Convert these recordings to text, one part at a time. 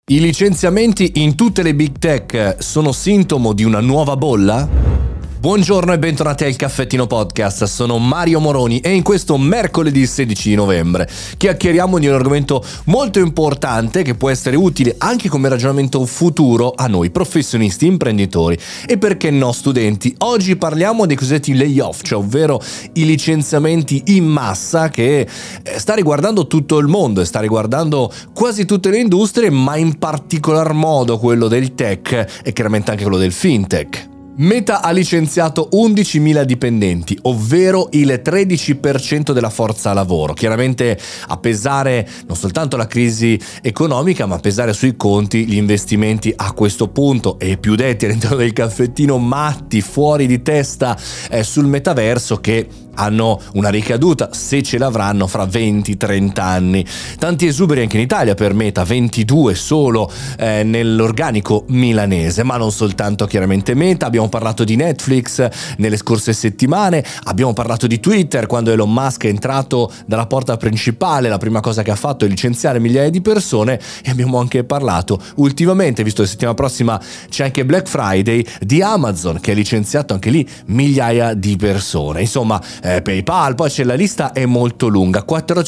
I licenziamenti in tutte le big tech sono sintomo di una nuova bolla? Buongiorno e bentornati al Caffettino Podcast, sono Mario Moroni e in questo mercoledì 16 novembre chiacchieriamo di un argomento molto importante che può essere utile anche come ragionamento futuro a noi professionisti, imprenditori e perché no studenti. Oggi parliamo dei cosiddetti layoff, cioè ovvero i licenziamenti in massa che sta riguardando tutto il mondo e sta riguardando quasi tutte le industrie, ma in particolar modo quello del tech e chiaramente anche quello del fintech. Meta ha licenziato 11.000 dipendenti, ovvero il 13% della forza lavoro. Chiaramente a pesare non soltanto la crisi economica, ma a pesare sui conti gli investimenti a questo punto e più detti all'interno del caffettino matti, fuori di testa sul metaverso che hanno una ricaduta, se ce l'avranno, fra 20-30 anni. Tanti esuberi anche in Italia per Meta, 22 solo nell'organico milanese, ma non soltanto chiaramente Meta. Abbiamo parlato di Netflix nelle scorse settimane, abbiamo parlato di Twitter quando Elon Musk è entrato dalla porta principale, la prima cosa che ha fatto è licenziare migliaia di persone, e abbiamo anche parlato ultimamente, visto che settimana prossima c'è anche Black Friday, di Amazon che ha licenziato anche lì migliaia di persone. Insomma, PayPal, poi c'è, la lista è molto lunga.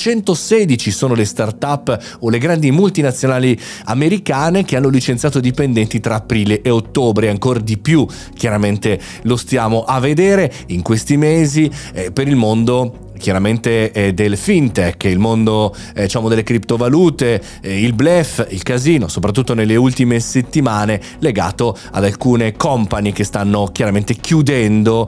416 sono le start-up o le grandi multinazionali americane che hanno licenziato dipendenti tra aprile e ottobre, ancora di più chiaramente lo stiamo a vedere in questi mesi per il mondo chiaramente del fintech, il mondo diciamo delle criptovalute, il bluff, il casino, soprattutto nelle ultime settimane legato ad alcune company che stanno chiaramente chiudendo.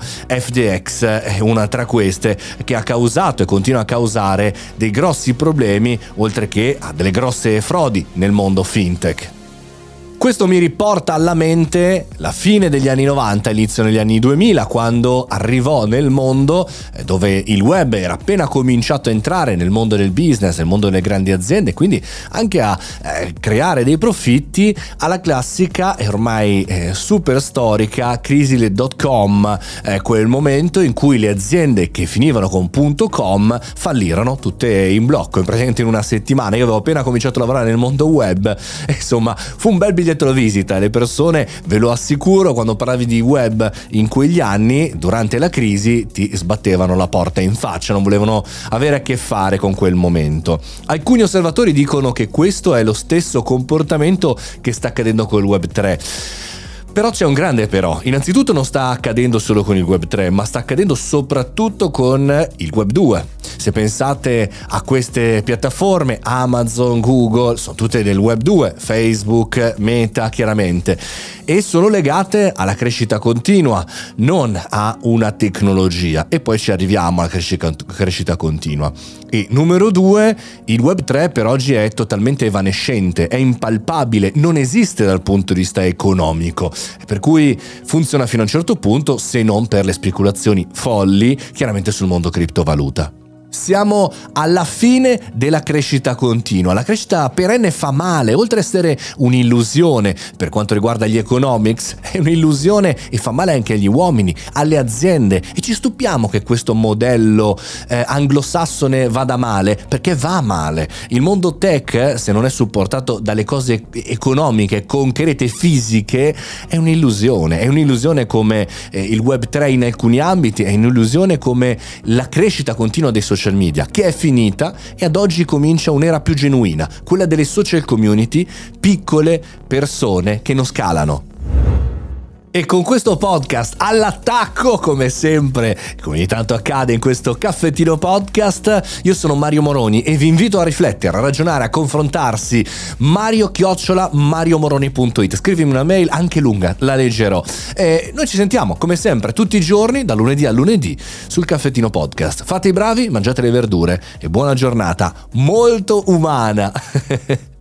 FTX è una tra queste che ha causato e continua a causare dei grossi problemi, oltre che a delle grosse frodi nel mondo fintech. Questo mi riporta alla mente la fine degli anni 90, inizio negli anni 2000, quando arrivò nel mondo dove il web era appena cominciato a entrare nel mondo del business, nel mondo delle grandi aziende, quindi anche a creare dei profitti, alla classica e ormai super storica crisi del .com, quel momento in cui le aziende che finivano con .com fallirono tutte in blocco, praticamente in una settimana. Io avevo appena cominciato a lavorare nel mondo web, insomma fu un bel biglietto visita. Le persone, ve lo assicuro, quando parlavi di web in quegli anni, durante la crisi ti sbattevano la porta in faccia, non volevano avere a che fare con quel momento. Alcuni osservatori dicono che questo è lo stesso comportamento che sta accadendo col web 3. Però c'è un grande però. Innanzitutto non sta accadendo solo con il web 3, ma sta accadendo soprattutto con il web 2. Se pensate a queste piattaforme, Amazon, Google, sono tutte del web 2, Facebook, Meta chiaramente, e sono legate alla crescita continua, non a una tecnologia. E poi ci arriviamo alla crescita continua. E numero 2, il web 3 per oggi è totalmente evanescente, è impalpabile, non esiste dal punto di vista economico, per cui funziona fino a un certo punto, se non per le speculazioni folli chiaramente sul mondo criptovaluta. Siamo alla fine della crescita continua. La crescita perenne fa male, oltre ad essere un'illusione per quanto riguarda gli economics, è un'illusione e fa male anche agli uomini, alle aziende, e ci stupiamo che questo modello anglosassone vada male, perché va male. Il mondo tech, se non è supportato dalle cose economiche, concrete, fisiche, è un'illusione come il web 3 in alcuni ambiti, è un'illusione come la crescita continua dei social media, che è finita, e ad oggi comincia un'era più genuina, quella delle social community, piccole persone che non scalano. E con questo podcast all'attacco, come sempre, come ogni tanto accade in questo Caffettino Podcast, io sono Mario Moroni e vi invito a riflettere, a ragionare, a confrontarsi. Mario@mariomoroni.it. Scrivimi una mail anche lunga, la leggerò. E noi ci sentiamo come sempre tutti i giorni, da lunedì a lunedì, sul Caffettino Podcast. Fate i bravi, mangiate le verdure e buona giornata molto umana.